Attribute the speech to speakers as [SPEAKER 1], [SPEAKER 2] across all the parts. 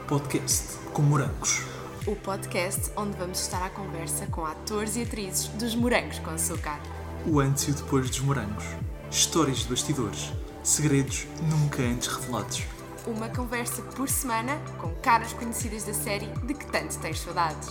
[SPEAKER 1] podcast com morangos.
[SPEAKER 2] O podcast onde vamos estar à conversa com atores e atrizes dos Morangos com Açúcar.
[SPEAKER 1] O antes e o depois dos morangos. Histórias de bastidores. Segredos nunca antes revelados.
[SPEAKER 2] Uma conversa por semana com caras conhecidas da série de que tanto tens saudades.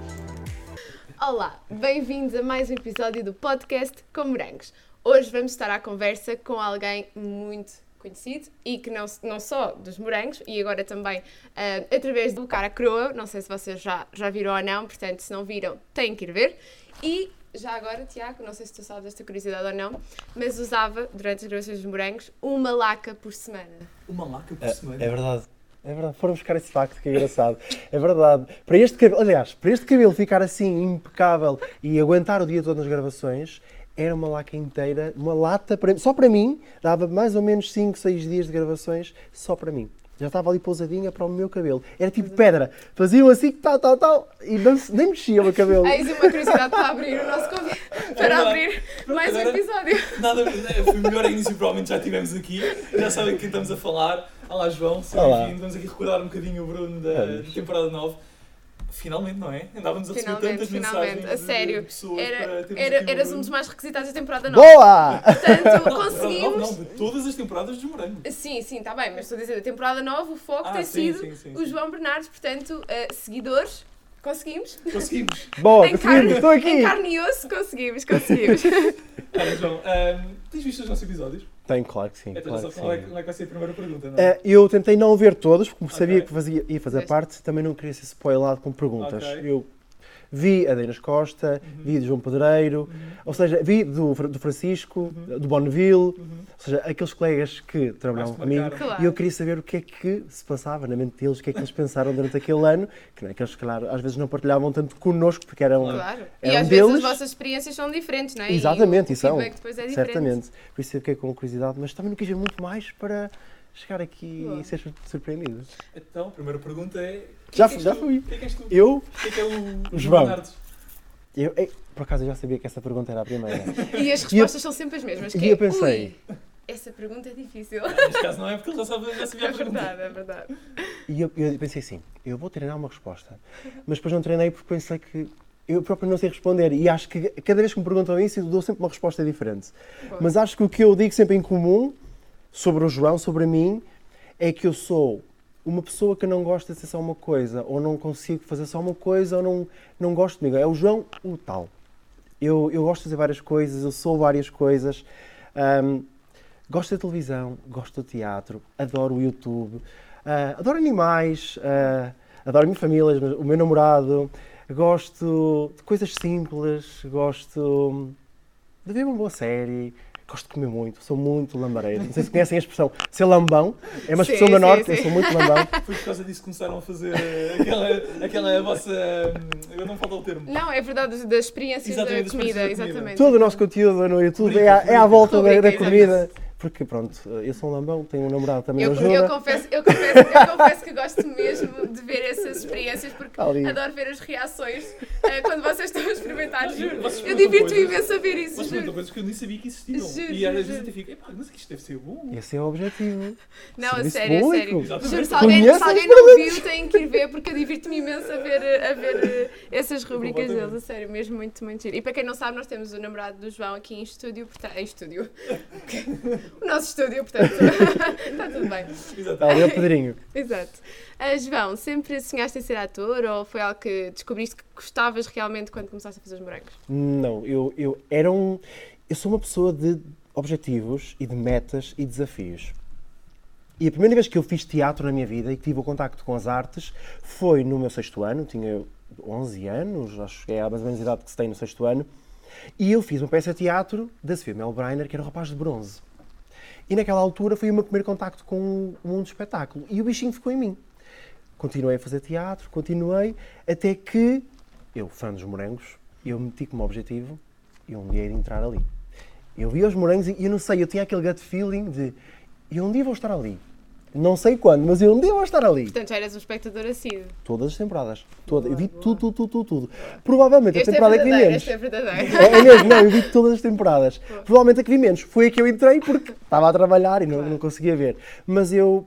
[SPEAKER 3] Olá, bem-vindos a mais um episódio do podcast com Morangos. Hoje vamos estar à conversa com alguém muito conhecido e que não só dos morangos e agora também através do Cara Croa, não sei se vocês já viram ou não, portanto se não viram têm que ir ver. E já agora, Tiago, não sei se tu sabes desta curiosidade ou não, mas usava durante as gravações dos morangos uma laca por semana.
[SPEAKER 1] Uma laca por semana?
[SPEAKER 4] É verdade. É verdade, foram buscar esse facto que é engraçado. É verdade. Para este cabelo ficar assim impecável e aguentar o dia todo nas gravações, era uma laca inteira, uma lata, só para mim, dava mais ou menos 5, 6 dias de gravações, só para mim. Já estava ali pousadinha para o meu cabelo. Era tipo pedra. Faziam assim, tal, e nem mexia o meu cabelo.
[SPEAKER 3] Eis uma curiosidade para abrir o nosso convite, para abrir mais um episódio.
[SPEAKER 5] Nada, foi o melhor início, provavelmente já tivemos aqui. Já sabem de quem estamos a falar. Olá, João, seja bem-vindo. Vamos aqui recordar um bocadinho o Bruno da temporada 9. Finalmente, não é? Andávamos a receber tantas mensagens
[SPEAKER 3] a sério.
[SPEAKER 5] de pessoas para termos
[SPEAKER 3] Eras um dos mais requisitados da temporada 9.
[SPEAKER 4] Boa!
[SPEAKER 3] Portanto, conseguimos...
[SPEAKER 5] Não, de todas as temporadas dos Morangos.
[SPEAKER 3] Sim, está bem, mas estou a dizer, da temporada 9 o foco tem
[SPEAKER 5] sim,
[SPEAKER 3] sido
[SPEAKER 5] sim.
[SPEAKER 3] o João Bernardes, portanto, seguidores, conseguimos.
[SPEAKER 5] Conseguimos.
[SPEAKER 4] Boa,
[SPEAKER 3] Em
[SPEAKER 4] conseguimos, estou aqui!
[SPEAKER 3] Em carne e osso, conseguimos.
[SPEAKER 5] Olha, João, tens visto os nossos episódios?
[SPEAKER 4] Tenho, claro que sim.
[SPEAKER 5] Então,
[SPEAKER 4] Claro que
[SPEAKER 5] qual é
[SPEAKER 4] sim.
[SPEAKER 5] que vai ser a primeira pergunta, não é?
[SPEAKER 4] Eu tentei não ver todos, porque sabia
[SPEAKER 5] Ok.
[SPEAKER 4] que ia fazer parte, também não queria ser spoilado com perguntas.
[SPEAKER 5] Ok.
[SPEAKER 4] Eu vi a Deinas Costa, vi do João Pedreiro, ou seja, vi do Francisco, do Bonneville, ou seja, aqueles colegas que trabalhavam
[SPEAKER 5] Mais te
[SPEAKER 4] comigo,
[SPEAKER 5] marcaram.
[SPEAKER 3] Claro.
[SPEAKER 4] e eu queria saber o que é que se passava na mente deles, o que é que eles pensaram durante aquele ano, que não é que eles, claro, às vezes não partilhavam tanto connosco, porque eram...
[SPEAKER 3] Claro. E
[SPEAKER 4] Eram
[SPEAKER 3] às vezes
[SPEAKER 4] deles.
[SPEAKER 3] as vossas experiências são diferentes, não é?
[SPEAKER 4] Exatamente,
[SPEAKER 3] e
[SPEAKER 4] e são.
[SPEAKER 3] feedback depois é diferente.
[SPEAKER 4] Certamente. Por isso eu fiquei com curiosidade, mas também não quis ver muito mais para chegar aqui
[SPEAKER 3] Boa.
[SPEAKER 4] e ser surpreendido.
[SPEAKER 5] Então, a primeira pergunta é...
[SPEAKER 4] Já
[SPEAKER 5] quem é que
[SPEAKER 4] fui.
[SPEAKER 5] és tu? Quem é que és tu?
[SPEAKER 4] Eu,
[SPEAKER 5] Quem é que é o
[SPEAKER 4] João.
[SPEAKER 5] Bernardes?
[SPEAKER 4] Por acaso eu já sabia que essa pergunta era a primeira.
[SPEAKER 3] E as respostas são sempre as mesmas.
[SPEAKER 4] e
[SPEAKER 3] que
[SPEAKER 4] eu
[SPEAKER 3] é,
[SPEAKER 4] pensei-
[SPEAKER 3] "Ui, essa pergunta é difícil."
[SPEAKER 5] Neste caso não é porque ele já sabia
[SPEAKER 3] É
[SPEAKER 5] a pergunta.
[SPEAKER 3] verdade, é verdade.
[SPEAKER 4] E eu pensei assim, eu vou treinar uma resposta. Mas depois não treinei porque pensei que eu próprio não sei responder. E acho que cada vez que me perguntam isso, eu dou sempre uma resposta diferente.
[SPEAKER 3] Boa.
[SPEAKER 4] Mas acho que o que eu digo sempre em comum sobre o João, sobre mim, é que eu sou uma pessoa que não gosta de ser só uma coisa, ou não consigo fazer só uma coisa, ou não gosto de mim. É o João o tal. Eu gosto de fazer várias coisas, eu sou várias coisas. Gosto da televisão, gosto do teatro, adoro o YouTube, adoro animais, adoro a minha família, o meu namorado, gosto de coisas simples, gosto de ver uma boa série, gosto de comer muito, sou muito lambareiro. Não sei se conhecem a expressão ser lambão, é uma expressão
[SPEAKER 3] Sim,
[SPEAKER 4] do
[SPEAKER 3] sim,
[SPEAKER 4] Norte,
[SPEAKER 3] sim.
[SPEAKER 4] eu sou muito lambão.
[SPEAKER 5] Foi por causa disso que começaram a fazer aquela vossa... Eu não falta o termo.
[SPEAKER 3] Não, é verdade, das experiências
[SPEAKER 5] Exatamente,
[SPEAKER 3] da
[SPEAKER 5] das
[SPEAKER 3] comida,
[SPEAKER 5] experiências da comida.
[SPEAKER 3] exatamente.
[SPEAKER 4] Todo o nosso conteúdo no YouTube
[SPEAKER 5] Rubrica,
[SPEAKER 4] é à volta
[SPEAKER 3] rubrica,
[SPEAKER 4] da comida,
[SPEAKER 3] exatamente.
[SPEAKER 4] porque pronto, eu sou um lambão, tenho um namorado também
[SPEAKER 3] Eu
[SPEAKER 4] me ajuda.
[SPEAKER 3] confesso que gosto mesmo de ver essas experiências porque
[SPEAKER 4] Ali.
[SPEAKER 3] adoro ver as reações quando vocês estão a experimentar, juro.
[SPEAKER 5] Vocês
[SPEAKER 3] Eu
[SPEAKER 5] perguntam
[SPEAKER 3] divirto-me
[SPEAKER 5] coisas-
[SPEAKER 3] imenso a ver isso,
[SPEAKER 5] Mas perguntam
[SPEAKER 3] juro.
[SPEAKER 5] coisas que eu nem sabia que existiam.
[SPEAKER 3] Juro,
[SPEAKER 5] E às vezes
[SPEAKER 3] juro.
[SPEAKER 5] até fico, epá, mas isto deve ser bom.
[SPEAKER 4] Esse é o objetivo.
[SPEAKER 3] Não, a
[SPEAKER 4] Serviço
[SPEAKER 3] sério, a
[SPEAKER 4] público.
[SPEAKER 3] sério.
[SPEAKER 5] Exatamente.
[SPEAKER 3] Juro, se
[SPEAKER 4] Conhece
[SPEAKER 3] alguém
[SPEAKER 4] os
[SPEAKER 3] não
[SPEAKER 4] produtos.
[SPEAKER 3] viu, tem que ir ver porque eu divirto-me imenso a ver essas rubricas
[SPEAKER 5] Completamente.
[SPEAKER 3] deles, a sério, mesmo muito, muito giro. E para quem não sabe, nós temos o namorado do João aqui em estúdio, em estúdio. O nosso estúdio, portanto, está tudo bem.
[SPEAKER 5] Exato.
[SPEAKER 4] Ali é o Pedrinho.
[SPEAKER 3] Exato. João, sempre sonhaste em ser ator ou foi algo que descobriste que gostavas realmente quando começaste a fazer os morangos?
[SPEAKER 4] Não, eu sou uma pessoa de objetivos e de metas e desafios. E a primeira vez que eu fiz teatro na minha vida e que tive o contacto com as artes foi no meu 6º ano, tinha 11 anos, acho que é a mais ou menos a idade que se tem no 6º ano, e eu fiz uma peça de teatro da Sofia Melbrenner, que era o Rapaz de Bronze. E naquela altura foi o meu primeiro contacto com o mundo do espetáculo. E o bichinho ficou em mim. Continuei a fazer teatro, até que eu, fã dos morangos, eu meti como objetivo e um dia ir entrar ali. Eu vi os morangos e eu não sei, eu tinha aquele gut feeling de eu um dia vou estar ali. Não sei quando, mas eu um dia vou estar ali.
[SPEAKER 3] Portanto, já eras um espectador assíduo.
[SPEAKER 4] Todas as temporadas. Eu vi tudo. Provavelmente a
[SPEAKER 3] Este é
[SPEAKER 4] temporada que vi
[SPEAKER 3] verdadeiro,
[SPEAKER 4] menos.
[SPEAKER 3] este é verdadeiro.
[SPEAKER 4] É mesmo, não, eu vi todas as temporadas. Provavelmente a que vi menos. Foi a que eu entrei porque estava a trabalhar e não conseguia ver. Mas eu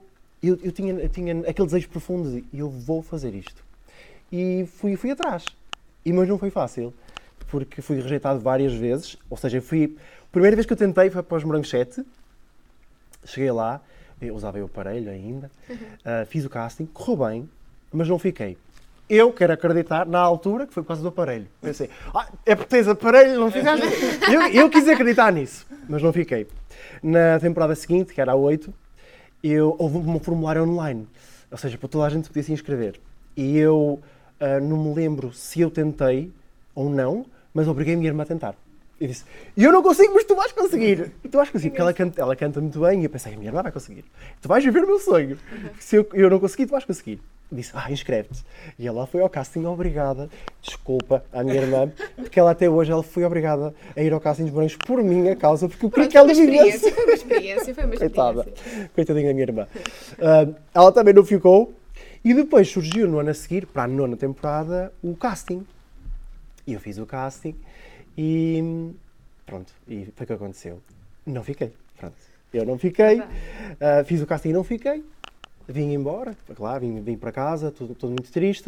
[SPEAKER 4] eu tinha aquele desejo profundo de eu vou fazer isto. E fui atrás. Mas não foi fácil, porque fui rejeitado várias vezes. Ou seja, a primeira vez que eu tentei foi para os Morangos 7. Cheguei lá, eu usava o aparelho ainda, fiz o casting, correu bem, mas não fiquei. Eu quero acreditar, na altura, que foi por causa do aparelho. Pensei, é porque tens aparelho, não ficaste? Eu quis acreditar nisso, mas não fiquei. Na temporada seguinte, que era a 8, houve um formulário online, ou seja, para toda a gente podia se inscrever. E eu não me lembro se eu tentei ou não, mas obriguei a minha irmã a tentar. Eu disse, eu não consigo, mas tu vais conseguir. E tu vais conseguir, porque ela canta muito bem, e eu pensei, a minha irmã vai conseguir. Tu vais viver o meu sonho. Se eu não conseguir, tu vais conseguir. Disse, inscreve-te. E ela foi ao casting, obrigada, desculpa à minha irmã, porque ela até hoje foi obrigada a ir ao casting dos Morangos por minha causa, porque eu queria que ela vivesse.
[SPEAKER 3] Foi uma experiência.
[SPEAKER 4] Coitada, coitadinha da minha irmã. Ela também não ficou, e depois surgiu no ano a seguir, para a 9ª temporada, o casting. E eu fiz o casting, e pronto, e foi o que aconteceu. Não fiquei, pronto. Eu não fiquei, fiz o casting e não fiquei. Vim embora, claro, vim para casa, todo muito triste.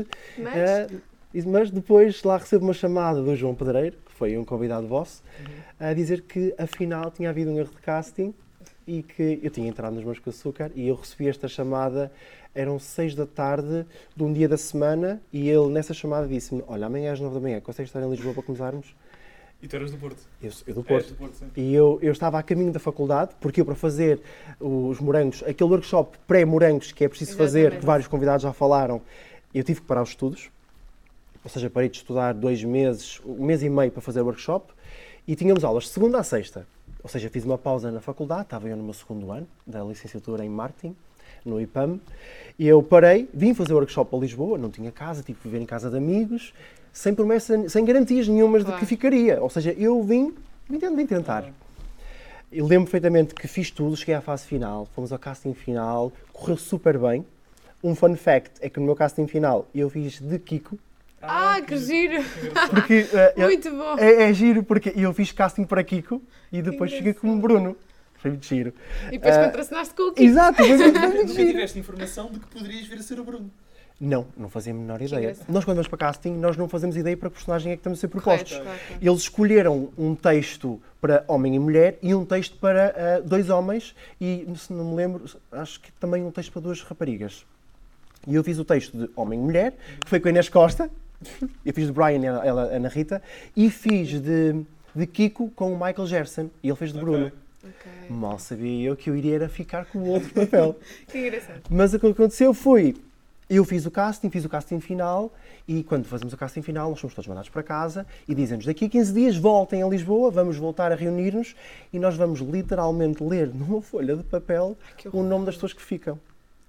[SPEAKER 4] Mas depois lá recebo uma chamada do João Pedreiro, que foi um convidado vosso, a dizer que afinal tinha havido um erro de casting e que eu tinha entrado nos Morangos com Açúcar, e eu recebi esta chamada, eram 6 da tarde de um dia da semana, e ele nessa chamada disse-me, olha, amanhã às 9 da manhã, consegues estar em Lisboa para começarmos?
[SPEAKER 5] E tu eras do Porto?
[SPEAKER 4] Eu do Porto.
[SPEAKER 5] Do Porto, sim.
[SPEAKER 4] E eu estava a caminho da faculdade, porque eu, para fazer os morangos, aquele workshop pré-morangos que é preciso fazer, que vários convidados já falaram, eu tive que parar os estudos. Ou seja, parei de estudar 2 meses, 1 mês e meio para fazer o workshop, e tínhamos aulas de segunda a sexta. Ou seja, fiz uma pausa na faculdade, estava eu no meu 2º ano da licenciatura em marketing, no IPAM, e eu parei, vim fazer o workshop para Lisboa, não tinha casa, tive que viver em casa de amigos, sem promessa, sem garantias nenhumas de que ficaria. Ou seja, eu vim tentar. Eu lembro perfeitamente que fiz tudo, cheguei à fase final, fomos ao casting final, correu super bem. Um fun fact é que no meu casting final eu fiz de Kiko.
[SPEAKER 3] Que giro!
[SPEAKER 4] Porque,
[SPEAKER 3] muito bom!
[SPEAKER 4] É giro porque eu fiz casting para Kiko e depois cheguei como Bruno. Foi muito giro.
[SPEAKER 3] E depois contracenaste com o Kiko.
[SPEAKER 4] Exato, foi muito
[SPEAKER 5] Nunca
[SPEAKER 4] giro.
[SPEAKER 5] tiveste informação de que poderias vir a ser o Bruno?
[SPEAKER 4] Não fazia a menor ideia.
[SPEAKER 3] engraçado.
[SPEAKER 4] Nós, quando vamos para casting, nós não fazemos ideia para que personagem é que estamos a ser propostos.
[SPEAKER 3] Claro.
[SPEAKER 4] Eles escolheram um texto para homem e mulher e um texto para 2 homens e, se não me lembro, acho que também um texto para 2 raparigas. E eu fiz o texto de homem e mulher, que foi com a Inês Costa, eu fiz de Brian e ela, Ana Rita, e fiz de Kiko com o Michael Gerson, e ele fez de Bruno.
[SPEAKER 3] Okay.
[SPEAKER 4] Mal sabia eu que eu iria ficar com o outro papel.
[SPEAKER 3] Que engraçado.
[SPEAKER 4] Mas o que aconteceu foi, eu fiz o casting final, e quando fazemos o casting final, nós somos todos mandados para casa e dizem-nos, daqui a 15 dias voltem a Lisboa, vamos voltar a reunir-nos e nós vamos literalmente ler numa folha de papel o nome das pessoas que ficam.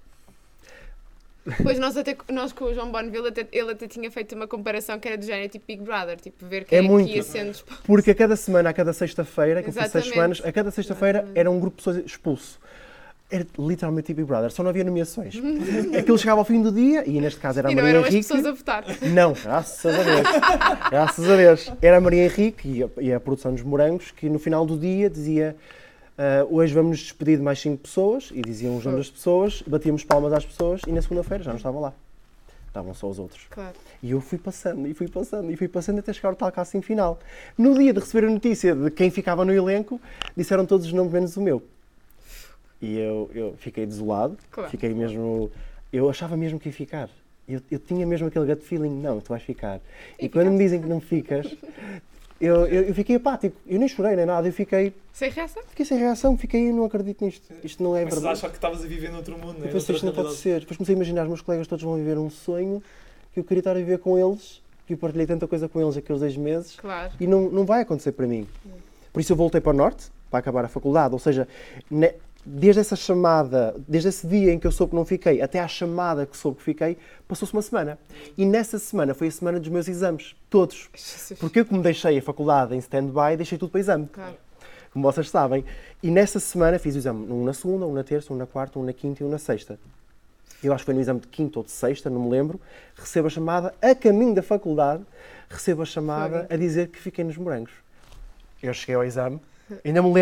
[SPEAKER 3] Pois nós com o João Bonneville, ele até tinha feito uma comparação que era do género tipo Big Brother, tipo ver quem é que ia sendo expulso.
[SPEAKER 4] Porque a cada semana, a cada sexta-feira, que eu fiz 6 semanas, a cada sexta-feira
[SPEAKER 3] Exatamente.
[SPEAKER 4] era um grupo de pessoas expulso. Era literalmente Big Brother, só não havia nomeações. Aquilo chegava ao fim do dia, e neste caso era a
[SPEAKER 3] E não
[SPEAKER 4] Maria
[SPEAKER 3] eram as
[SPEAKER 4] Henrique.
[SPEAKER 3] pessoas a votar.
[SPEAKER 4] Não, graças a Deus. Graças a Deus. Era a Maria Henrique e a produção dos Morangos que no final do dia dizia hoje vamos nos despedir de mais 5 pessoas, e diziam os nomes das pessoas, batíamos palmas às pessoas e na segunda-feira já não estavam lá. Estavam só os outros.
[SPEAKER 3] Claro.
[SPEAKER 4] E eu fui passando até chegar ao tal casting final. No dia de receber a notícia de quem ficava no elenco, disseram todos os nomes menos o meu. E eu fiquei desolado,
[SPEAKER 3] Claro.
[SPEAKER 4] Fiquei mesmo... Eu achava mesmo que ia ficar. Eu tinha mesmo aquele gut feeling, não, tu vais ficar. E quando me dizem que não ficas, eu fiquei apático. Eu nem chorei nem nada, eu fiquei
[SPEAKER 3] Sem reação?
[SPEAKER 4] sem reação, eu não acredito nisto. Isto não é
[SPEAKER 5] Começas a
[SPEAKER 4] verdade.
[SPEAKER 5] achar que estavas a viver noutro mundo, não é?
[SPEAKER 4] Eu pensei, isto não pode ser. Depois comecei a imaginar, os meus colegas todos vão viver um sonho que eu queria estar a viver com eles, que eu partilhei tanta coisa com eles aqueles 2 meses,
[SPEAKER 3] Claro.
[SPEAKER 4] e não vai acontecer para mim. Por isso eu voltei para o Norte, para acabar a faculdade, ou seja, desde essa chamada, desde esse dia em que eu soube que não fiquei, até à chamada que soube que fiquei, passou-se uma semana. E nessa semana foi a semana dos meus exames, todos. Porque eu, como deixei a faculdade em stand-by, deixei tudo para exame.
[SPEAKER 3] Claro.
[SPEAKER 4] Como vocês sabem. E nessa semana fiz o exame, um na segunda, um na terça, um na quarta, um na quinta e um na sexta. Eu acho que foi no exame de quinta ou de sexta, não me lembro. Recebo a chamada, a caminho da faculdade, recebo a chamada a dizer que fiquei nos Morangos. Eu cheguei ao exame, ainda me lembro,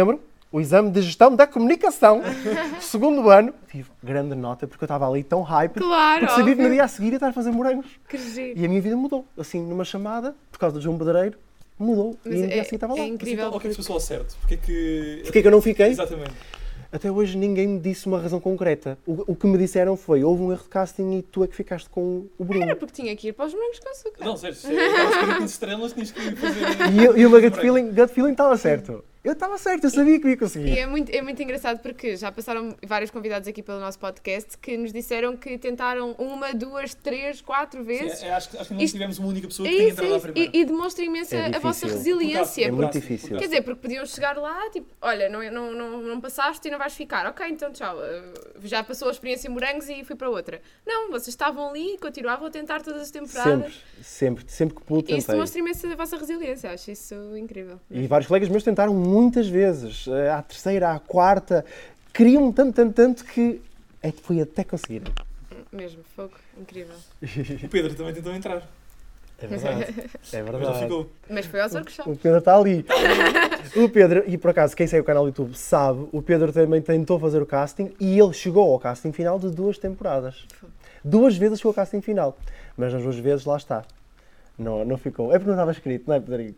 [SPEAKER 4] o exame de gestão da comunicação, segundo ano, tive grande nota porque eu estava ali tão hype,
[SPEAKER 3] Claro,
[SPEAKER 4] porque sabia que no
[SPEAKER 3] óbvio.
[SPEAKER 4] dia a seguir ia estar a fazer morangos.
[SPEAKER 3] Que giro.
[SPEAKER 4] E a minha vida mudou. Assim, numa chamada, por causa do João Pedreiro, mudou.
[SPEAKER 3] Mas
[SPEAKER 4] e no dia
[SPEAKER 3] é-
[SPEAKER 4] a seguir estava lá.
[SPEAKER 3] é
[SPEAKER 5] Mas
[SPEAKER 3] incrível.
[SPEAKER 5] então, o que é que se passou ao certo? Porquê que...
[SPEAKER 4] Porquê que eu não fiquei?
[SPEAKER 5] Exatamente.
[SPEAKER 4] Até hoje ninguém me disse uma razão concreta. O que me disseram foi, houve um erro de casting e tu é que ficaste com o Bruno.
[SPEAKER 3] Era porque tinha que ir para os morangos com açúcar.
[SPEAKER 5] Não, sério, se estavas 45 estrelas, tinhas que fazer...
[SPEAKER 4] E o meu gut feeling estava certo. Eu estava certo, eu sabia que ia
[SPEAKER 3] E
[SPEAKER 4] conseguir.
[SPEAKER 3] é muito engraçado porque já passaram vários convidados aqui pelo nosso podcast que nos disseram que tentaram 1, 2, 3, 4 vezes.
[SPEAKER 5] Acho que não
[SPEAKER 3] Isto-
[SPEAKER 5] tivemos uma única pessoa
[SPEAKER 3] É
[SPEAKER 5] que tenha
[SPEAKER 3] isso,
[SPEAKER 5] entrado
[SPEAKER 3] é
[SPEAKER 5] lá
[SPEAKER 3] isso.
[SPEAKER 5] primeiro.
[SPEAKER 3] E demonstra imenso
[SPEAKER 4] É
[SPEAKER 3] a vossa
[SPEAKER 4] difícil.
[SPEAKER 3] resiliência.
[SPEAKER 4] É muito
[SPEAKER 3] porque-
[SPEAKER 4] difícil.
[SPEAKER 3] Quer dizer, porque podiam chegar lá, tipo, olha, não passaste e não vais ficar. Ok, então tchau. Já passou a experiência em morangos e fui para outra. Não, vocês estavam ali e continuavam a tentar todas as temporadas.
[SPEAKER 4] Sempre que pude,
[SPEAKER 3] E isso
[SPEAKER 4] tentei.
[SPEAKER 3] demonstra imenso a vossa resiliência. Acho isso incrível.
[SPEAKER 4] E vários colegas meus tentaram muitas vezes, à terceira, à quarta, queriam tanto que fui até conseguir.
[SPEAKER 3] Mesmo, fogo. Incrível.
[SPEAKER 5] O Pedro também tentou entrar,
[SPEAKER 4] É verdade, é
[SPEAKER 5] mas não
[SPEAKER 4] verdade.
[SPEAKER 5] ficou.
[SPEAKER 3] Mas foi aos workshops.
[SPEAKER 4] O Pedro está ali. O Pedro, e por acaso, quem segue o canal do YouTube sabe, o Pedro também tentou fazer o casting e ele chegou ao casting final de 2 temporadas. 2 vezes chegou ao casting final, mas nas 2 vezes lá está. Não ficou. É porque não estava escrito, não é, Pedrinho?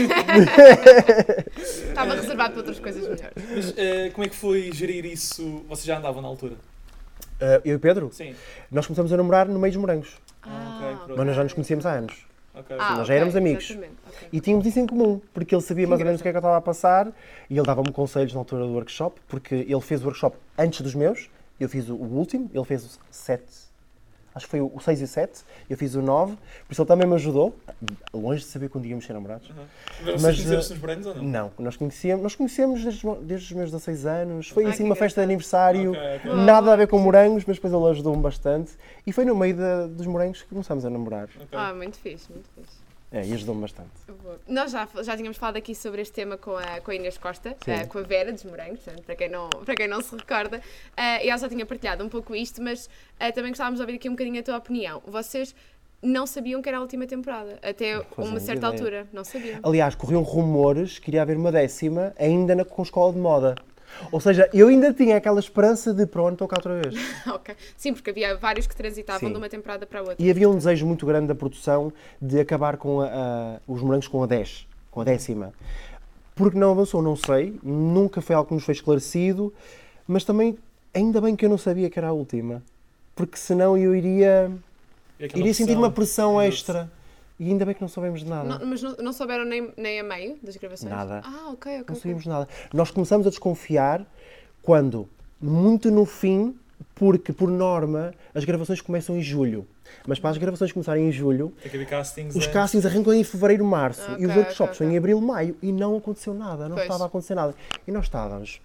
[SPEAKER 3] Estava reservado para outras coisas melhores.
[SPEAKER 5] Mas como é que foi gerir isso? Vocês já andavam na altura?
[SPEAKER 4] Eu e o Pedro,
[SPEAKER 5] Sim.
[SPEAKER 4] nós começamos a namorar no meio dos morangos,
[SPEAKER 5] ok, pronto.
[SPEAKER 4] mas nós já nos conhecíamos há anos.
[SPEAKER 5] Ok.
[SPEAKER 4] nós já éramos amigos.
[SPEAKER 3] Exatamente, ok.
[SPEAKER 4] E tínhamos isso em comum, porque ele sabia mais ou menos o que é que eu estava a passar e ele dava-me conselhos na altura do workshop, porque ele fez o workshop antes dos meus, eu fiz o último, ele fez o 7, acho que foi o 6 e o 7, eu fiz o 9, por isso ele também me ajudou, longe de saber quando íamos ser namorados.
[SPEAKER 5] Mas vocês
[SPEAKER 4] Mas,
[SPEAKER 5] conheceram-se nos morangos ou não?
[SPEAKER 4] Não, nós conhecemos desde os meus 16 anos, foi
[SPEAKER 3] Ai,
[SPEAKER 4] assim
[SPEAKER 3] que
[SPEAKER 4] uma festa de
[SPEAKER 3] engraçado.
[SPEAKER 4] aniversário,
[SPEAKER 5] Ok.
[SPEAKER 4] nada a ver com morangos, mas depois ele ajudou-me bastante e foi no meio dos morangos que começámos a namorar.
[SPEAKER 5] Ok.
[SPEAKER 3] Ah, muito fixe, muito fixe.
[SPEAKER 4] E ajudou-me bastante.
[SPEAKER 3] Boa. Nós já tínhamos falado aqui sobre este tema com a Inês Costa,
[SPEAKER 4] Sim.
[SPEAKER 3] com a Vera dos Morangos, portanto, para quem não se recorda, e ela já tinha partilhado um pouco isto, mas também gostávamos de ouvir aqui um bocadinho a tua opinião. Vocês não sabiam que era a última temporada, até
[SPEAKER 4] fazia
[SPEAKER 3] uma certa
[SPEAKER 4] ideia.
[SPEAKER 3] altura, não sabiam.
[SPEAKER 4] Aliás, corriam rumores que iria haver uma 10ª ainda com escola de moda. Ou seja, eu ainda tinha aquela esperança de pronto, estou cá outra vez.
[SPEAKER 3] Ok. Sim, porque havia vários que transitavam
[SPEAKER 4] Sim.
[SPEAKER 3] de uma temporada para a outra.
[SPEAKER 4] E havia um desejo muito grande da produção de acabar com os morangos com a 10, com a 10ª. Porque não avançou, não sei, nunca foi algo que nos foi esclarecido, mas também, ainda bem que eu não sabia que era a última. Porque senão eu iria
[SPEAKER 5] E aquela
[SPEAKER 4] sentir
[SPEAKER 5] pressão.
[SPEAKER 4] uma pressão
[SPEAKER 5] Exato.
[SPEAKER 4] extra. E ainda bem que não soubemos de nada.
[SPEAKER 3] Mas não souberam nem a meio das gravações?
[SPEAKER 4] Nada.
[SPEAKER 3] Ah, ok.
[SPEAKER 4] Não sabíamos nada. Nós começamos a desconfiar quando, muito no fim, porque, por norma, as gravações começam em julho. Mas para as gravações começarem em julho,
[SPEAKER 5] Tem que haver castings.
[SPEAKER 4] os
[SPEAKER 5] antes.
[SPEAKER 4] castings arrancam em fevereiro, março.
[SPEAKER 3] Ok,
[SPEAKER 4] E os workshops
[SPEAKER 3] ok,
[SPEAKER 4] são em abril, maio. E não aconteceu nada. Não
[SPEAKER 3] Pois.
[SPEAKER 4] estava a acontecer nada. E nós estávamos,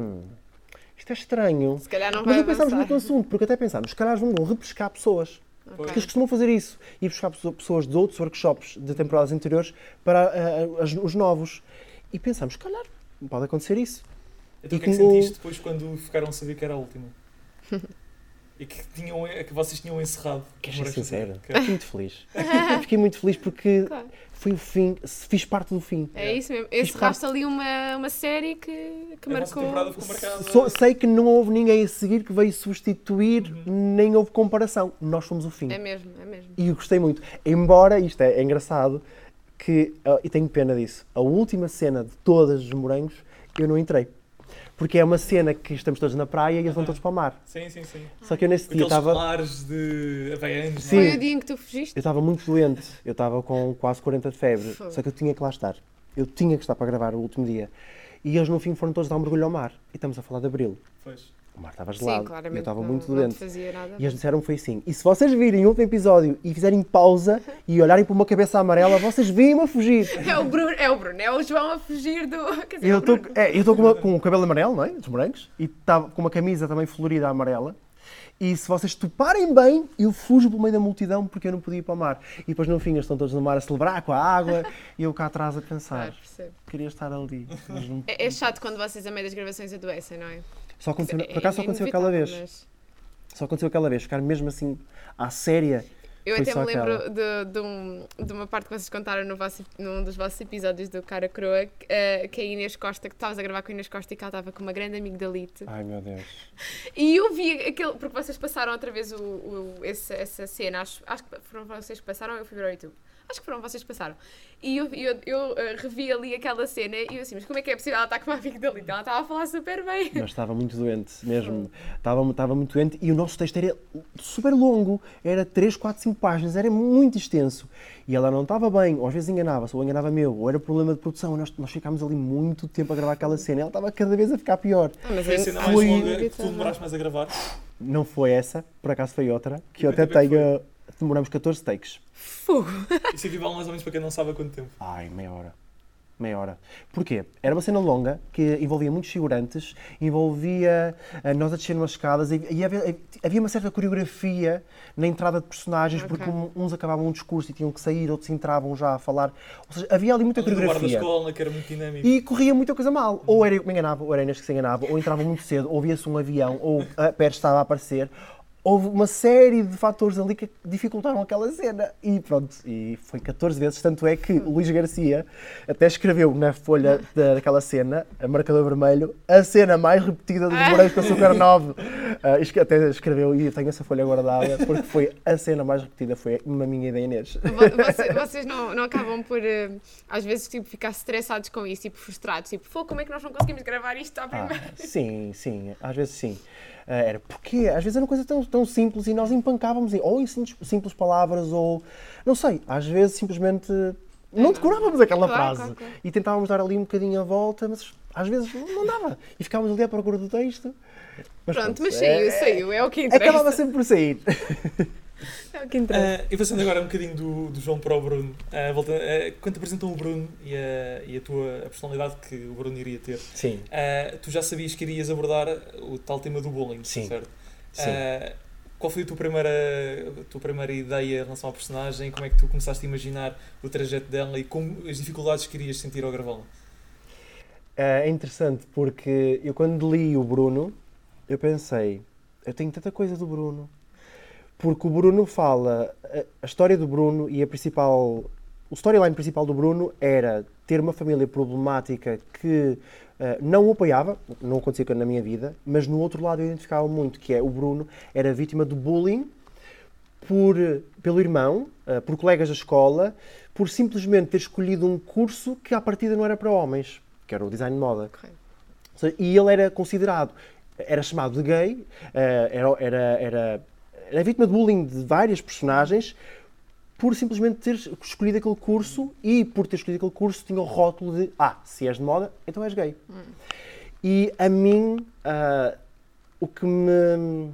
[SPEAKER 4] isto é estranho.
[SPEAKER 3] Se calhar não
[SPEAKER 4] Mas
[SPEAKER 3] vai
[SPEAKER 4] não pensámos
[SPEAKER 3] avançar.
[SPEAKER 4] muito no assunto, porque até pensámos, se calhar vão repescar pessoas. Porque eles costumam fazer isso. Ir buscar pessoas de outros workshops de temporadas anteriores para os novos. E pensámos, se calhar pode acontecer isso.
[SPEAKER 5] Então o
[SPEAKER 4] E
[SPEAKER 5] que é que
[SPEAKER 4] com o-
[SPEAKER 5] sentiste depois quando ficaram a saber que era a última? E que vocês tinham encerrado?
[SPEAKER 4] Queres
[SPEAKER 5] os
[SPEAKER 4] ser
[SPEAKER 5] morangos
[SPEAKER 4] sincero?
[SPEAKER 5] com açúcar?
[SPEAKER 4] Fiquei muito feliz. Fiquei muito feliz porque
[SPEAKER 3] Claro.
[SPEAKER 4] foi o fim, fiz parte do fim.
[SPEAKER 3] É isso mesmo.
[SPEAKER 4] Fiz
[SPEAKER 3] Encerraste ali uma série que
[SPEAKER 5] A vossa
[SPEAKER 3] marcou.
[SPEAKER 5] temporada ficou marcada.
[SPEAKER 4] Sei que não houve ninguém a seguir que veio substituir, nem houve comparação. Nós fomos o fim.
[SPEAKER 3] É mesmo, é mesmo.
[SPEAKER 4] E eu gostei muito. Embora, isto é engraçado, que, e tenho pena disso, a última cena de todas os morangos, eu não entrei. Porque é uma cena que estamos todos na praia e eles vão todos para o mar.
[SPEAKER 5] Sim, sim, sim.
[SPEAKER 4] Só que eu nesse dia
[SPEAKER 5] Aqueles
[SPEAKER 4] estava...
[SPEAKER 5] colares de havaianos.
[SPEAKER 4] Sim.
[SPEAKER 5] não é?
[SPEAKER 3] Foi o dia em que tu fugiste?
[SPEAKER 4] Eu estava muito doente, eu estava com quase 40 de febre,
[SPEAKER 3] Fogo.
[SPEAKER 4] só que eu tinha que lá estar. Eu tinha que estar para gravar o último dia. E eles no fim foram todos dar um mergulho ao mar. E estamos a falar de abril.
[SPEAKER 5] Pois.
[SPEAKER 4] O mar estava
[SPEAKER 3] Sim,
[SPEAKER 4] gelado.
[SPEAKER 3] claramente.
[SPEAKER 4] E eu estava
[SPEAKER 3] não-
[SPEAKER 4] muito
[SPEAKER 3] não
[SPEAKER 4] doente.
[SPEAKER 3] te fazia nada.
[SPEAKER 4] E eles disseram foi assim. E se vocês virem outro episódio e fizerem pausa e olharem para uma cabeça amarela, vocês veem-me a fugir.
[SPEAKER 3] É o Bruno, é o João a fugir do. Quer dizer,
[SPEAKER 4] Eu
[SPEAKER 3] é o Bruno.
[SPEAKER 4] estou com o cabelo amarelo, não é? Dos morangos. E estava com uma camisa também florida amarela. E se vocês toparem bem, eu fujo pelo meio da multidão porque eu não podia ir para o mar. E depois no fim eles estão todos no mar a celebrar com a água e eu cá atrás a pensar.
[SPEAKER 3] Claro, percebo.
[SPEAKER 4] Queria estar ali. Mas não...
[SPEAKER 3] É chato quando vocês a meio das gravações adoecem, não é?
[SPEAKER 4] Só aconteceu,
[SPEAKER 3] É
[SPEAKER 4] por acaso só aconteceu aquela vez.
[SPEAKER 3] inevitável, mas-
[SPEAKER 4] Só aconteceu aquela vez. Ficar mesmo assim à séria
[SPEAKER 3] Eu
[SPEAKER 4] Foi
[SPEAKER 3] até
[SPEAKER 4] só
[SPEAKER 3] me lembro
[SPEAKER 4] aquela.
[SPEAKER 3] de uma parte que vocês contaram num dos vossos episódios do Cara Croa, que a Inês Costa, que estavas a gravar com a Inês Costa e que ela estava com uma grande amigdalite.
[SPEAKER 4] Ai, meu Deus.
[SPEAKER 3] E eu vi aquele, porque vocês passaram outra vez essa cena, acho que foram vocês que passaram, eu fui ver ao YouTube. Acho que foram vocês que passaram. E eu revi ali aquela cena e eu assim, mas como é que é possível ela estar com uma amigdalite? Ela estava a falar super bem.
[SPEAKER 4] Mas estava muito doente, mesmo. Estava muito doente e o nosso texto era super longo. Era 3, 4, 5 páginas, era muito extenso. E ela não estava bem, ou às vezes enganava-se, ou enganava-me eu, ou era problema de produção. Nós ficámos ali muito tempo a gravar aquela cena e ela estava cada vez a ficar pior.
[SPEAKER 3] Mas
[SPEAKER 5] Foi a cena mais longa que tu demoraste mais a gravar?
[SPEAKER 4] Não foi essa, por acaso foi outra, que eu até tenho... Demoramos 14 takes.
[SPEAKER 3] Fogo!
[SPEAKER 5] Isso equivale mais ou menos para quem não sabe há quanto tempo.
[SPEAKER 4] Ai, meia hora. Meia hora. Porquê? Era uma cena longa, que envolvia muitos figurantes, envolvia nós a descer umas escadas, e havia uma certa coreografia na entrada de personagens, porque uns acabavam um discurso e tinham que sair, outros entravam já a falar. Ou seja, havia ali muita coreografia.
[SPEAKER 5] Da escola, que era muito dinâmico.
[SPEAKER 4] E corria muita coisa mal. Ou era eu que me enganava, ou era a Inês que se enganava, ou entrava muito cedo, ou via-se um avião, ou a Pérez estava a aparecer. Houve uma série de fatores ali que dificultaram aquela cena. E pronto, e foi 14 vezes. Tanto é que o Luís Garcia até escreveu na folha daquela cena, a marcador vermelho, a cena mais repetida dos Morangos com Açúcar 9. Até escreveu, e eu tenho essa folha guardada, porque foi a cena mais repetida, foi uma minha ideia, Inês.
[SPEAKER 3] Vocês não acabam por, às vezes, tipo, ficar estressados com isso, tipo, frustrados? Tipo, como é que nós não conseguimos gravar isto à primeira?
[SPEAKER 4] Sim, às vezes sim. Era porque às vezes era uma coisa tão simples e nós empancávamos ou em simples palavras ou, não sei, às vezes simplesmente não decorávamos aquela frase e tentávamos dar ali um bocadinho a volta, mas às vezes não dava e ficávamos ali à procura do texto.
[SPEAKER 3] Mas pronto, mas saiu, é o que interessa.
[SPEAKER 4] Acabava sempre por sair.
[SPEAKER 3] É o que interessa.
[SPEAKER 5] E passando agora um bocadinho do João para o Bruno, quando te apresentam o Bruno e a tua personalidade que o Bruno iria ter,
[SPEAKER 4] Sim.
[SPEAKER 5] Tu já sabias que irias abordar o tal tema do bullying,
[SPEAKER 4] Sim.
[SPEAKER 5] certo?
[SPEAKER 4] Sim.
[SPEAKER 5] Qual foi a tua primeira ideia em relação à personagem? Como é que tu começaste a imaginar o trajeto dela e as dificuldades que irias sentir ao gravá-la?
[SPEAKER 4] É interessante porque eu quando li o Bruno, eu pensei, eu tenho tanta coisa do Bruno. Porque o Bruno fala, a história do Bruno e o storyline principal do Bruno era ter uma família problemática que não o apoiava, não acontecia na minha vida, mas no outro lado eu identificava muito, que é o Bruno era vítima de bullying pelo irmão, por colegas da escola, por simplesmente ter escolhido um curso que à partida não era para homens, que era o design de moda. Okay. E ele era considerado, era chamado de gay, era vítima de bullying de várias personagens por simplesmente ter escolhido aquele curso e por ter escolhido aquele curso tinha o rótulo de se és de moda, então és gay. E a mim, o que me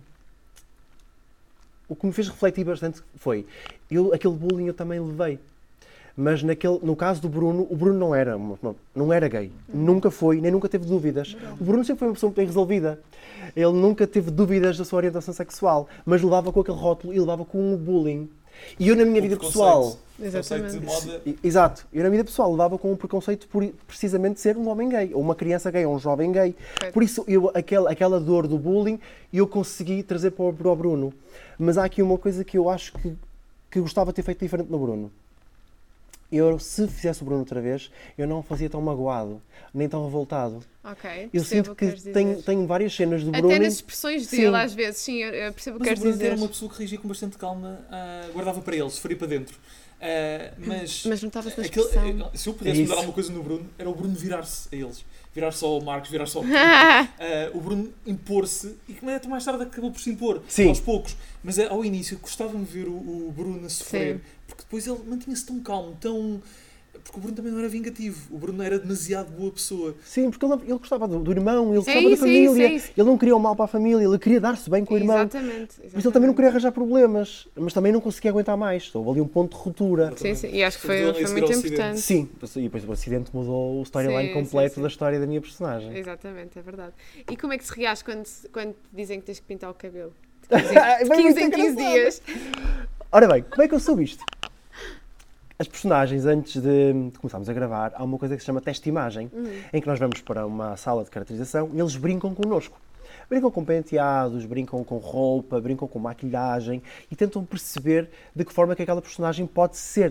[SPEAKER 4] fez refletir bastante foi, aquele bullying eu também levei. Mas no caso do Bruno, o Bruno não era gay. Nunca foi, nem nunca teve dúvidas. O Bruno sempre foi uma pessoa muito bem resolvida. Ele nunca teve dúvidas da sua orientação sexual, mas levava com aquele rótulo e levava com o bullying. E eu na minha vida pessoal...
[SPEAKER 5] Exatamente. De moda.
[SPEAKER 4] Exato. Eu na vida pessoal levava com um preconceito por precisamente ser um homem gay, ou uma criança gay, ou um jovem gay. Por isso, aquela dor do bullying, eu consegui trazer para o Bruno. Mas há aqui uma coisa que eu acho que gostava de ter feito diferente no Bruno. Se fizesse o Bruno outra vez, eu não o fazia tão magoado, nem tão revoltado.
[SPEAKER 3] Ok,
[SPEAKER 4] eu sinto que tenho várias cenas do Bruno...
[SPEAKER 3] Até nas expressões dele, às vezes, sim, eu percebo o que queres dizer.
[SPEAKER 5] Mas o Bruno era uma pessoa que reagia com bastante calma, guardava para ele, se faria para dentro.
[SPEAKER 3] Mas notava-se na expressão.
[SPEAKER 5] Se eu pudesse mudar alguma coisa no Bruno, era o Bruno virar-se a eles. Virar-se ao Marcos, virar-se ao Pedro. O Bruno impor-se, e que mais tarde acabou por se impor, aos poucos. Mas ao início gostava-me ver o Bruno a sofrer, porque depois ele mantinha-se tão calmo, porque o Bruno também não era vingativo, o Bruno era demasiado boa pessoa. Sim, porque ele gostava do irmão, ele gostava da família, ele não queria o mal para a família, ele queria dar-se bem com o irmão. Exatamente. Mas ele também não queria arranjar problemas, mas também não conseguia aguentar mais. Houve ali um ponto de ruptura.
[SPEAKER 3] Sim, e acho que foi muito importante.
[SPEAKER 4] Sim, e depois o acidente mudou o storyline completo da história da minha personagem.
[SPEAKER 3] Exatamente, é verdade. E como é que se reage quando te dizem que tens que pintar o cabelo? De 15 em 15 dias.
[SPEAKER 4] Ora bem, como é que eu soube isto? As personagens, antes de começarmos a gravar, há uma coisa que se chama teste de imagem, em que nós vamos para uma sala de caracterização e eles brincam connosco. Brincam com penteados, brincam com roupa, brincam com maquilhagem e tentam perceber de que forma que aquela personagem pode ser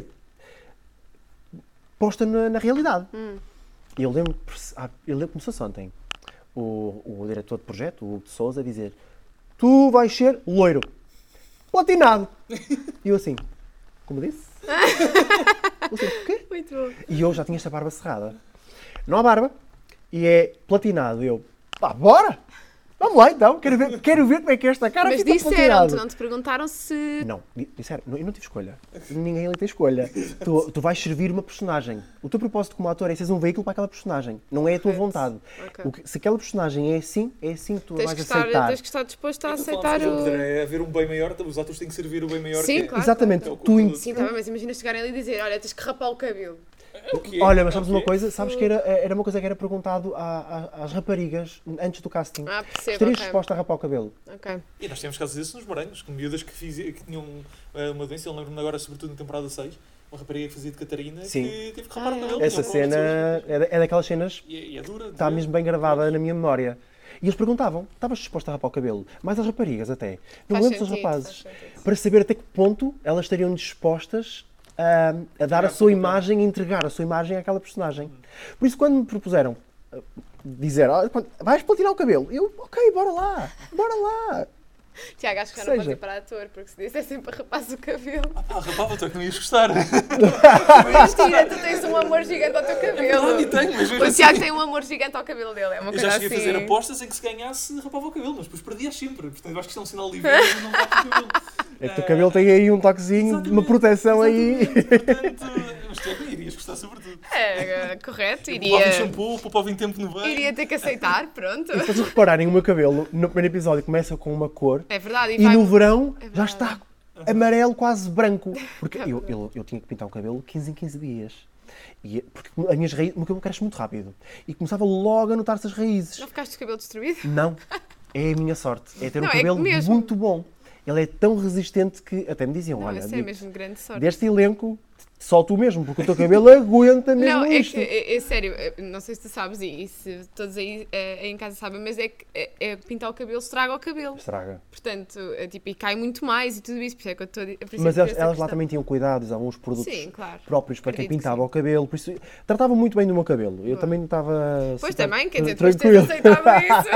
[SPEAKER 4] posta na realidade. E eu lembro que começou-se ontem o diretor de projeto, o Hugo de Sousa, a dizer: tu vais ser loiro, platinado. E eu assim, como disse? Eu assim, o quê?
[SPEAKER 3] Muito bom.
[SPEAKER 4] E eu já tinha esta barba cerrada. Não há barba e é platinado. E eu, pá, bora! Vamos lá então, quero ver como é que esta cara
[SPEAKER 3] Mas
[SPEAKER 4] fica
[SPEAKER 3] disseram-te,
[SPEAKER 4] platinado.
[SPEAKER 3] não te perguntaram se...
[SPEAKER 4] Não, disseram, eu não tive escolha. Ninguém ali tem escolha. Tu vais servir uma personagem. O teu propósito como ator é seres um veículo para aquela personagem. Não é a tua vontade.
[SPEAKER 3] Ok.
[SPEAKER 4] Se aquela personagem é assim que tu vais
[SPEAKER 3] Tens
[SPEAKER 4] aceitar.
[SPEAKER 3] que estar disposto a
[SPEAKER 5] É o que
[SPEAKER 3] aceitar
[SPEAKER 5] falamos,
[SPEAKER 3] o...
[SPEAKER 5] É haver um bem maior, os atores têm que servir o bem maior.
[SPEAKER 3] Sim,
[SPEAKER 5] que é.
[SPEAKER 3] claro.
[SPEAKER 4] Exatamente.
[SPEAKER 5] claro.
[SPEAKER 4] Tu
[SPEAKER 3] Sim, tá bem, mas imagina chegarem ali e dizer, olha, tens que rapar o cabelo.
[SPEAKER 5] É o que é,
[SPEAKER 4] Olha, mas
[SPEAKER 5] é o
[SPEAKER 4] sabes
[SPEAKER 5] que
[SPEAKER 4] uma
[SPEAKER 5] é.
[SPEAKER 4] coisa? Sabes que era uma coisa que era perguntado às raparigas antes do casting.
[SPEAKER 3] Percebo,
[SPEAKER 4] Estarias
[SPEAKER 3] ok.
[SPEAKER 4] disposta a rapar o cabelo?
[SPEAKER 3] Ok.
[SPEAKER 5] E nós temos casos desses nos morangos, com miúdas que tinham uma doença, eu lembro-me agora, sobretudo na temporada 6, uma rapariga que fazia de Catarina,
[SPEAKER 4] Sim.
[SPEAKER 5] que teve que rapar o cabelo.
[SPEAKER 4] Essa
[SPEAKER 5] com
[SPEAKER 4] cena é daquelas cenas
[SPEAKER 5] E é dura.
[SPEAKER 4] está mesmo bem gravada na minha memória. E eles perguntavam, estavas disposta a rapar o cabelo? Mais as raparigas até. Não
[SPEAKER 3] Faz
[SPEAKER 4] lembro dos
[SPEAKER 3] sentido,
[SPEAKER 4] rapazes.
[SPEAKER 3] faz sentido.
[SPEAKER 4] Para saber até que ponto elas estariam dispostas a dar a sua imagem, a entregar a sua imagem àquela personagem. Por isso, quando me propuseram dizer, vais platinar o cabelo, eu, ok, bora lá.
[SPEAKER 3] Tiago, acho que já
[SPEAKER 4] Seja.
[SPEAKER 3] não podes ir para ator, porque se disse é sempre rapaz o cabelo.
[SPEAKER 5] Rapava, tu é que não ias gostar.
[SPEAKER 3] Mentira, tu tens um amor gigante ao teu cabelo.
[SPEAKER 5] E tenho, mas
[SPEAKER 3] O Tiago tem um amor gigante ao cabelo dele, é uma
[SPEAKER 5] eu
[SPEAKER 3] coisa
[SPEAKER 5] já cheguei
[SPEAKER 3] assim.
[SPEAKER 5] a fazer apostas em que se ganhasse rapava o cabelo, mas depois perdias sempre. Portanto, eu acho que isto é um sinal de livre e não rapa o cabelo.
[SPEAKER 4] É que o teu cabelo tem aí um toquezinho de uma proteção aí.
[SPEAKER 5] Portanto, mas tu é que irias gostar sobretudo.
[SPEAKER 3] É, correto,
[SPEAKER 5] Poupava em shampoo, poupava em tempo no banho.
[SPEAKER 3] iria ter que aceitar, pronto.
[SPEAKER 4] Se vocês repararem, o meu cabelo, no primeiro episódio, começa com uma cor
[SPEAKER 3] É verdade,
[SPEAKER 4] e no verão já está
[SPEAKER 3] verdade.
[SPEAKER 4] amarelo, quase branco. Porque eu tinha que pintar o cabelo 15 em 15 dias. Porque as minhas raízes, o meu cabelo cresce muito rápido. E começava logo a notar-se as raízes.
[SPEAKER 3] Não ficaste de cabelo destruído?
[SPEAKER 4] Não. É a minha sorte. É ter um
[SPEAKER 3] Não, é
[SPEAKER 4] cabelo
[SPEAKER 3] mesmo.
[SPEAKER 4] muito bom. Ele é tão resistente que até me diziam,
[SPEAKER 3] Não,
[SPEAKER 4] olha,
[SPEAKER 3] isso é
[SPEAKER 4] Dito,
[SPEAKER 3] mesmo grande sorte.
[SPEAKER 4] deste elenco, só tu mesmo, porque o teu cabelo aguenta mesmo
[SPEAKER 3] Não, é
[SPEAKER 4] isto.
[SPEAKER 3] que, é sério, não sei se tu sabes e se todos aí em casa sabem, mas é que pintar o cabelo estraga o cabelo.
[SPEAKER 4] Estraga.
[SPEAKER 3] Portanto, tipo, e cai muito mais e tudo isso, por isso é que eu estou a dizer.
[SPEAKER 4] Mas elas lá também tinham cuidados, alguns produtos
[SPEAKER 3] Sim, claro.
[SPEAKER 4] próprios para quem
[SPEAKER 3] Acredito que
[SPEAKER 4] pintava
[SPEAKER 3] sim.
[SPEAKER 4] o cabelo, por isso tratavam muito bem do meu cabelo. Eu também estava
[SPEAKER 3] Pois
[SPEAKER 4] super
[SPEAKER 3] também, quer dizer, depois de
[SPEAKER 4] tranquilo.
[SPEAKER 3] teres aceitado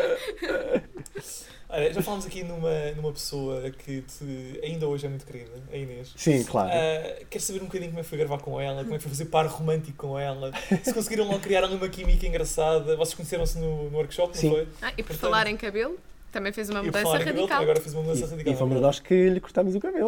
[SPEAKER 3] isso.
[SPEAKER 5] Olha, já falámos aqui numa pessoa que ainda hoje é muito querida, a Inês.
[SPEAKER 4] Sim, claro.
[SPEAKER 5] Queres saber um bocadinho como é que foi gravar com ela, como é que foi fazer par romântico com ela, se conseguiram logo criar ali uma química engraçada, vocês conheceram-se no workshop,
[SPEAKER 4] Sim.
[SPEAKER 5] não foi?
[SPEAKER 3] E por
[SPEAKER 5] Portanto,
[SPEAKER 3] falar em cabelo, também fez uma
[SPEAKER 5] e por
[SPEAKER 3] mudança
[SPEAKER 5] falar em cabelo,
[SPEAKER 3] radical.
[SPEAKER 5] agora fiz uma mudança radical.
[SPEAKER 4] E fomos nós que lhe cortámos o cabelo.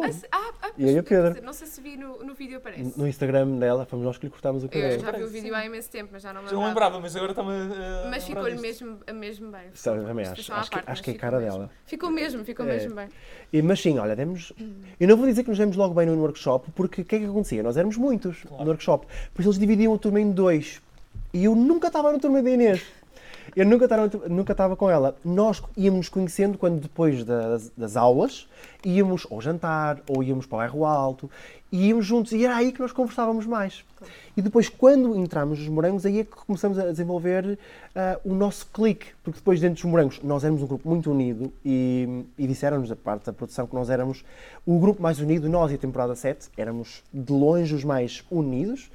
[SPEAKER 4] E aí a
[SPEAKER 3] Mas,
[SPEAKER 4] Pedra.
[SPEAKER 3] não sei se vi no vídeo, parece.
[SPEAKER 4] No Instagram dela, fomos nós que lhe cortámos o
[SPEAKER 3] Eu
[SPEAKER 4] cabelo.
[SPEAKER 3] já vi o vídeo há imenso tempo, mas já não me
[SPEAKER 5] Já não lembrava, mas agora está-me a
[SPEAKER 3] Mas ficou-lhe
[SPEAKER 5] lembrar disto.
[SPEAKER 3] mesmo bem.
[SPEAKER 4] Sabe, também
[SPEAKER 3] Isto
[SPEAKER 4] acho.
[SPEAKER 3] só à
[SPEAKER 4] Acho que
[SPEAKER 3] parte,
[SPEAKER 4] é a
[SPEAKER 3] mas ficou
[SPEAKER 4] cara
[SPEAKER 3] mesmo.
[SPEAKER 4] dela.
[SPEAKER 3] Ficou mesmo bem.
[SPEAKER 4] Mas sim, olha, demos. Eu não vou dizer que nos demos logo bem no workshop, porque o que é que acontecia? Nós éramos muitos no workshop. Por isso eles dividiam a turma em dois. E eu nunca estava na turma da Inês. Eu nunca estava com ela. Nós íamos nos conhecendo quando depois das aulas íamos ao jantar ou íamos para o bairro alto e íamos juntos e era aí que nós conversávamos mais. E depois quando entramos nos Morangos aí é que começamos a desenvolver o nosso clique, porque depois dentro dos Morangos nós éramos um grupo muito unido e disseram-nos da parte da produção que nós éramos o grupo mais unido, nós e a temporada 7 éramos de longe os mais unidos.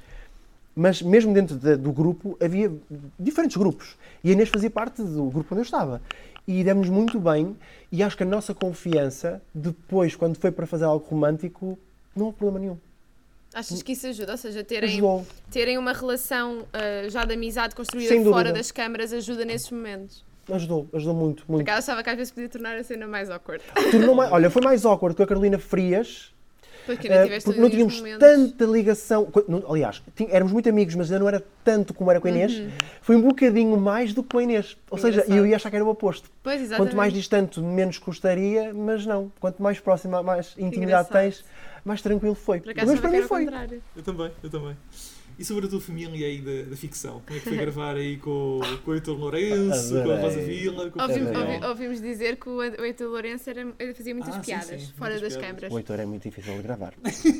[SPEAKER 4] Mas mesmo dentro do grupo havia diferentes grupos. E a Inês fazia parte do grupo onde eu estava. E demos muito bem. E acho que a nossa confiança, depois, quando foi para fazer algo romântico, não houve problema nenhum.
[SPEAKER 3] Achas que isso ajuda? Ou seja,
[SPEAKER 4] Ajudou.
[SPEAKER 3] terem uma relação já de amizade construída
[SPEAKER 4] Sem
[SPEAKER 3] fora
[SPEAKER 4] dúvida.
[SPEAKER 3] das câmaras ajuda nesses momentos?
[SPEAKER 4] Ajudou muito, muito.
[SPEAKER 3] Porque ela achava que às vezes podia tornar a cena mais awkward.
[SPEAKER 4] Olha, foi mais awkward com a Carolina Frias,
[SPEAKER 3] Porque não tiveste
[SPEAKER 4] porque não
[SPEAKER 3] ali os
[SPEAKER 4] tínhamos
[SPEAKER 3] momentos.
[SPEAKER 4] tanta ligação. Aliás, éramos muito amigos, mas ainda não era tanto como era com a Inês. Foi um bocadinho mais do que com a Inês. Ou seja,
[SPEAKER 3] Engraçado.
[SPEAKER 4] eu ia achar que era o oposto.
[SPEAKER 3] Pois, exatamente.
[SPEAKER 4] Quanto mais distante, menos custaria, mas não. Quanto mais próximo, mais intimidade
[SPEAKER 3] engraçado.
[SPEAKER 4] tens, mais tranquilo foi.
[SPEAKER 3] Por acaso
[SPEAKER 4] Mas para
[SPEAKER 3] achava
[SPEAKER 4] mim
[SPEAKER 3] que era o
[SPEAKER 4] foi.
[SPEAKER 3] contrário.
[SPEAKER 5] Eu também. E sobre a tua família aí da ficção? Como é que foi gravar aí com o Heitor Lourenço, com a Rosa Vila, com o Fernando?
[SPEAKER 3] Ouvimos dizer que o Heitor Lourenço fazia muitas piadas
[SPEAKER 5] sim,
[SPEAKER 3] fora
[SPEAKER 5] muitas
[SPEAKER 3] das
[SPEAKER 5] piadas.
[SPEAKER 3] câmaras.
[SPEAKER 4] O Heitor é muito difícil de gravar.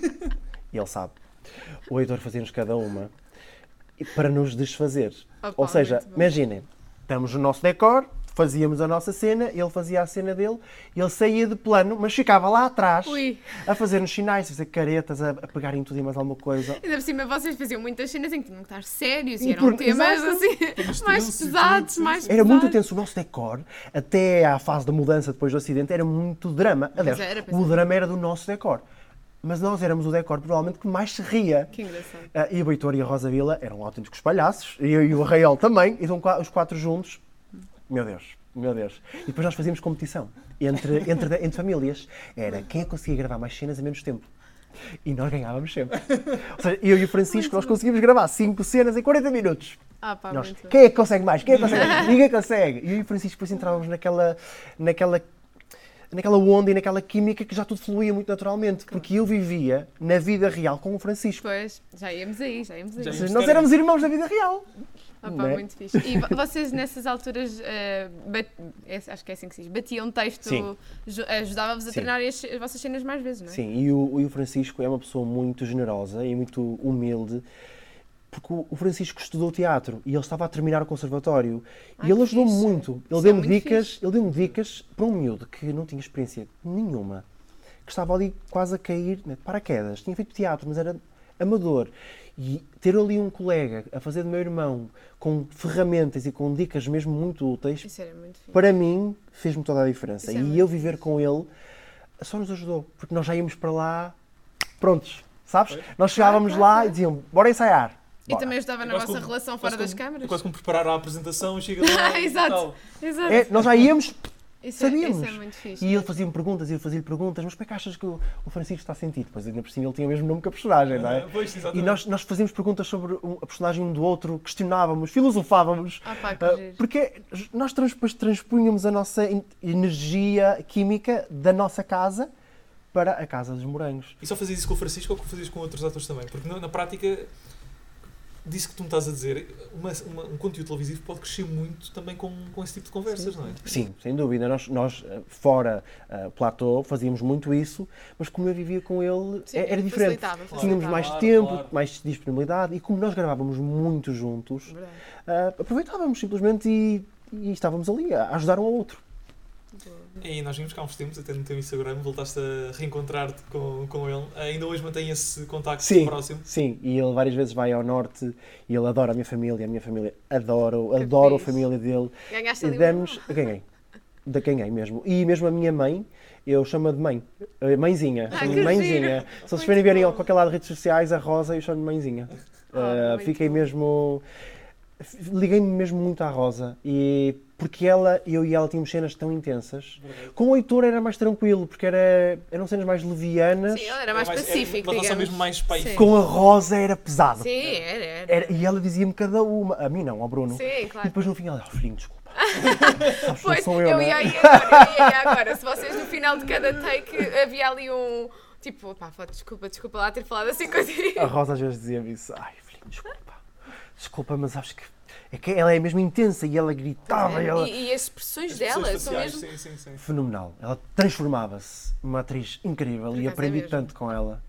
[SPEAKER 4] E ele sabe. O Heitor fazia-nos cada uma para nos desfazer.
[SPEAKER 3] Opa,
[SPEAKER 4] Ou seja,
[SPEAKER 3] muito bom.
[SPEAKER 4] imaginem, estamos no nosso decor, fazíamos a nossa cena, ele fazia a cena dele, ele saía de plano, mas ficava lá atrás a fazer-nos sinais, a fazer caretas, a pegar em tudo e mais alguma coisa.
[SPEAKER 3] Ainda por cima vocês faziam muitas cenas em que tinham que estar sérios e eram temas assim, mais pesados,
[SPEAKER 4] Era muito tenso o nosso decor, até à fase da mudança depois do acidente, era muito drama. Aliás, o drama era do nosso decor. Mas nós éramos o decor provavelmente que mais se ria.
[SPEAKER 3] Que engraçado.
[SPEAKER 4] E o Heitor e a Rosa Vila eram autênticos palhaços, e eu e o Arraial também, e então os 4 juntos. Meu Deus. E depois nós fazíamos competição entre famílias. Era quem é que conseguia gravar mais cenas em menos tempo. E nós ganhávamos sempre. Ou seja, eu e o Francisco, nós conseguimos gravar 5 cenas em 40 minutos. Quem é que consegue mais? Ninguém consegue. E eu e o Francisco depois entrávamos naquela onda e naquela química que já tudo fluía muito naturalmente. Porque eu vivia na vida real com o Francisco.
[SPEAKER 3] Pois, já íamos aí.
[SPEAKER 4] Nós éramos irmãos na vida real.
[SPEAKER 3] Muito fixe. E vocês nessas alturas, acho que é assim que se diz, batiam texto, ajudava-vos a treinar as vossas cenas mais vezes, não é?
[SPEAKER 4] Sim, e o Francisco é uma pessoa muito generosa e muito humilde, porque o Francisco estudou teatro e ele estava a terminar o conservatório e ele ajudou-me muito. Ele deu-me dicas para um miúdo que não tinha experiência nenhuma, que estava ali quase a cair de paraquedas. Tinha feito teatro, mas era amador. E ter ali um colega a fazer do meu irmão com ferramentas e com dicas mesmo muito úteis, para mim fez-me toda a diferença. E eu viver com ele só nos ajudou, porque nós já íamos para lá prontos, sabes? Nós chegávamos lá e diziam, bora ensaiar.
[SPEAKER 3] E também ajudava na vossa relação fora das câmaras?
[SPEAKER 5] É quase como preparar a apresentação e chega lá
[SPEAKER 3] Exato.
[SPEAKER 4] Nós já íamos... Sabíamos.
[SPEAKER 3] Isso é muito fixe.
[SPEAKER 4] E ele fazia-me perguntas, e eu fazia-lhe perguntas, mas como é que achas que o Francisco está a sentir? Depois, ainda por cima, ele tinha o mesmo nome que a personagem, não é?
[SPEAKER 5] Pois,
[SPEAKER 4] e nós fazíamos perguntas sobre a personagem um do outro, questionávamos, filosofávamos, porque nós depois transpunhamos a nossa energia química da nossa casa para a casa dos morangos.
[SPEAKER 5] E só fazias isso com o Francisco ou fazias com outros atores também? Porque na prática... Disso que tu me estás a dizer, um conteúdo televisivo pode crescer muito também com esse tipo de conversas, não é?
[SPEAKER 4] Sim, sem dúvida. Nós fora platô, fazíamos muito isso, mas como eu vivia com ele, era diferente. Tínhamos mais tempo, mais disponibilidade, e como nós gravávamos muito juntos, aproveitávamos simplesmente e estávamos ali a ajudar um ao outro.
[SPEAKER 5] E nós vimos cá há uns tempos, até no teu Instagram, voltaste a reencontrar-te com ele. Ainda hoje mantém esse contacto próximo?
[SPEAKER 4] Sim, e ele várias vezes vai ao norte e ele adora a minha família adoro a família dele.
[SPEAKER 3] Ganhaste ali
[SPEAKER 4] Ganhei mesmo. E mesmo a minha mãe, eu chamo-a de mãe. Mãezinha. Mãezinha. Se vocês forem verem com aquele lado de redes sociais, a Rosa, eu chamo de mãezinha. Fiquei mesmo... Liguei-me mesmo muito à Rosa, porque eu e ela tínhamos cenas tão intensas. Com o Heitor era mais tranquilo, porque eram cenas mais levianas.
[SPEAKER 3] Sim, ele era mais pacífico,
[SPEAKER 5] uma relação mesmo mais pai.
[SPEAKER 4] Com a Rosa era pesado.
[SPEAKER 3] Sim, era.
[SPEAKER 4] E ela dizia-me cada uma. A mim não, ao Bruno.
[SPEAKER 3] Sim, claro.
[SPEAKER 4] E depois no fim ela, filhinho, desculpa.
[SPEAKER 3] Pois, eu ia aí agora. Se vocês no final de cada take havia ali um... Tipo, desculpa lá ter falado assim contigo.
[SPEAKER 4] A Rosa às vezes dizia-me isso. Ai, filhinho, desculpa, mas acho que é que ela é mesmo intensa e ela gritava.
[SPEAKER 3] E as expressões dela são mesmo...
[SPEAKER 5] Sim.
[SPEAKER 4] Fenomenal. Ela transformava-se numa atriz incrível e aprendi tanto com ela.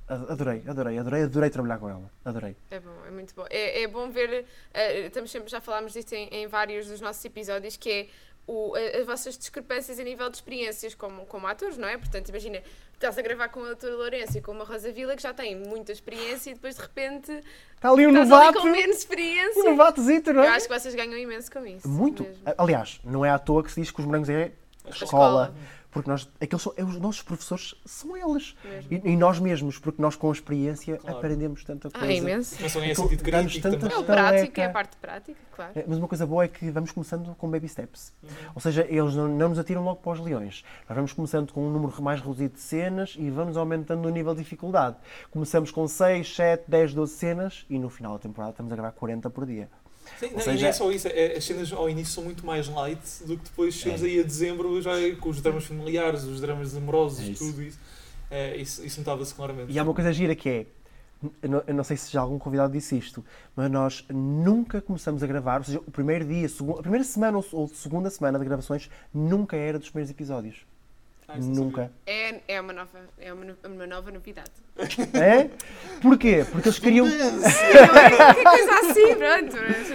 [SPEAKER 4] Adorei trabalhar com ela. Adorei.
[SPEAKER 3] É bom, é muito bom. É bom ver, já falámos disto em vários dos nossos episódios, que é as vossas discrepâncias a nível de experiências como atores, não é? Portanto, imagina, estás a gravar com o Dr. Lourenço e com uma Rosa Vila que já tem muita experiência e depois de repente
[SPEAKER 4] está ali
[SPEAKER 3] estás
[SPEAKER 4] novato,
[SPEAKER 3] ali com menos experiência.
[SPEAKER 4] Um novatozito, não é?
[SPEAKER 3] Eu acho que vocês ganham imenso com isso.
[SPEAKER 4] Muito.
[SPEAKER 3] Mesmo.
[SPEAKER 4] Aliás, não é à toa que se diz que os morangos é a escola. Porque os nossos professores são eles. E nós mesmos, porque nós com a experiência aprendemos tanta coisa.
[SPEAKER 3] É imenso.
[SPEAKER 5] Mas também é sentido crítico também.
[SPEAKER 3] É o prático, é a parte prática, claro.
[SPEAKER 4] Mas uma coisa boa é que vamos começando com baby steps. Ou seja, eles não nos atiram logo para os leões. Nós vamos começando com um número mais reduzido de cenas e vamos aumentando o nível de dificuldade. Começamos com 6, 7, 10, 12 cenas e no final da temporada estamos a gravar 40 por dia.
[SPEAKER 5] Sim, não é só isso, as cenas ao início são muito mais light do que depois chegamos aí a dezembro já com os dramas familiares, os dramas amorosos, tudo isso. Isso notava-se claramente.
[SPEAKER 4] E há uma coisa gira que é, eu não sei se já algum convidado disse isto, mas nós nunca começamos a gravar, ou seja, o primeiro dia, a primeira semana ou segunda semana de gravações nunca era dos primeiros episódios. Nunca.
[SPEAKER 3] É uma nova novidade.
[SPEAKER 4] É? Porquê? Porque eles queriam...
[SPEAKER 3] Qualquer coisa assim, pronto.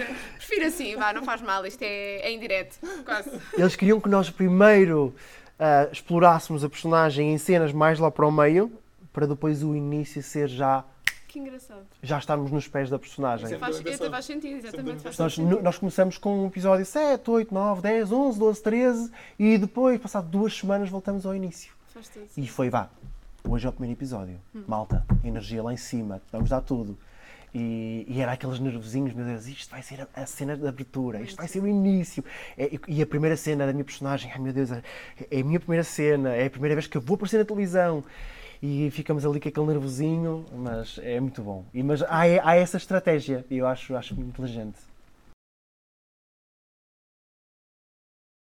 [SPEAKER 3] prefiro assim, vá, não faz mal, isto é em direto, quase.
[SPEAKER 4] Eles queriam que nós primeiro explorássemos a personagem em cenas mais lá para o meio, para depois o início ser já
[SPEAKER 3] engraçado.
[SPEAKER 4] Já estarmos nos pés da personagem.
[SPEAKER 3] Faz sentido, exatamente. Faz sentido.
[SPEAKER 4] Nós começamos com um episódio 7, 8, 9, 10, 11, 12, 13 e depois, passado 2 semanas, voltamos ao início.
[SPEAKER 3] Faz tudo.
[SPEAKER 4] E foi, hoje é o primeiro episódio. Malta, energia lá em cima, vamos dar tudo. E era aqueles nervosinhos, meu Deus, isto vai ser a cena de abertura, isto vai ser o início. E a primeira cena da minha personagem, ai meu Deus, é a minha primeira cena, é a primeira vez que eu vou aparecer na televisão. E ficamos ali com aquele nervosinho, mas é muito bom. Mas há essa estratégia e eu acho muito inteligente.